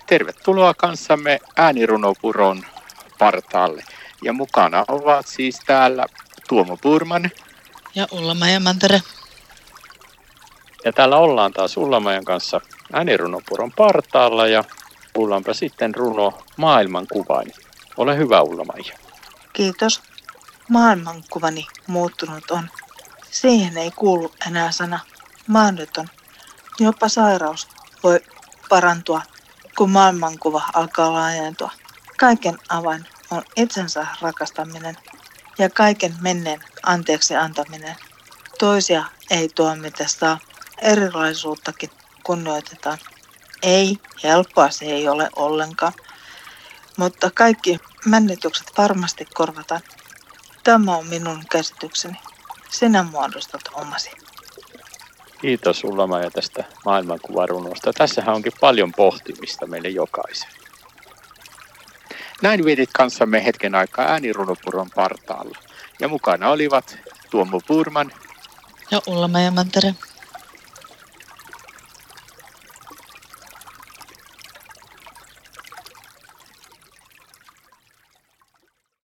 Tervetuloa kanssamme äänirunopuron partaalle. Ja mukana ovat siis täällä Tuomo Purman ja Ulla-Maija Mantere. Ja täällä ollaan taas Ulla-Maijan kanssa äänirunopuron partaalla ja kuullaanpa sitten runo Maailmankuvani. Ole hyvä, Ulla-Maija. Kiitos. Maailmankuvani muuttunut on. Siihen ei kuulu enää sana mahdoton. Jopa sairaus voi parantua, kun maailmankuva alkaa laajentua. Kaiken avain on itsensä rakastaminen ja kaiken menneen anteeksi antaminen. Toisia ei tuomita saa, erilaisuuttakin kunnioitetaan. Ei, helppoa se ei ole ollenkaan, mutta kaikki männitykset varmasti korvataan. Tämä on minun käsitykseni. Sinä muodostat omasi. Kiitos Ulla-Maija tästä maailmankuvarunosta. Tässähän onkin paljon pohtimista meille jokaiselle. Näin vietit kanssamme hetken aikaa äänirunopuron partaalla. Ja mukana olivat Tuomo Purman ja Ulla-Maija Mantere.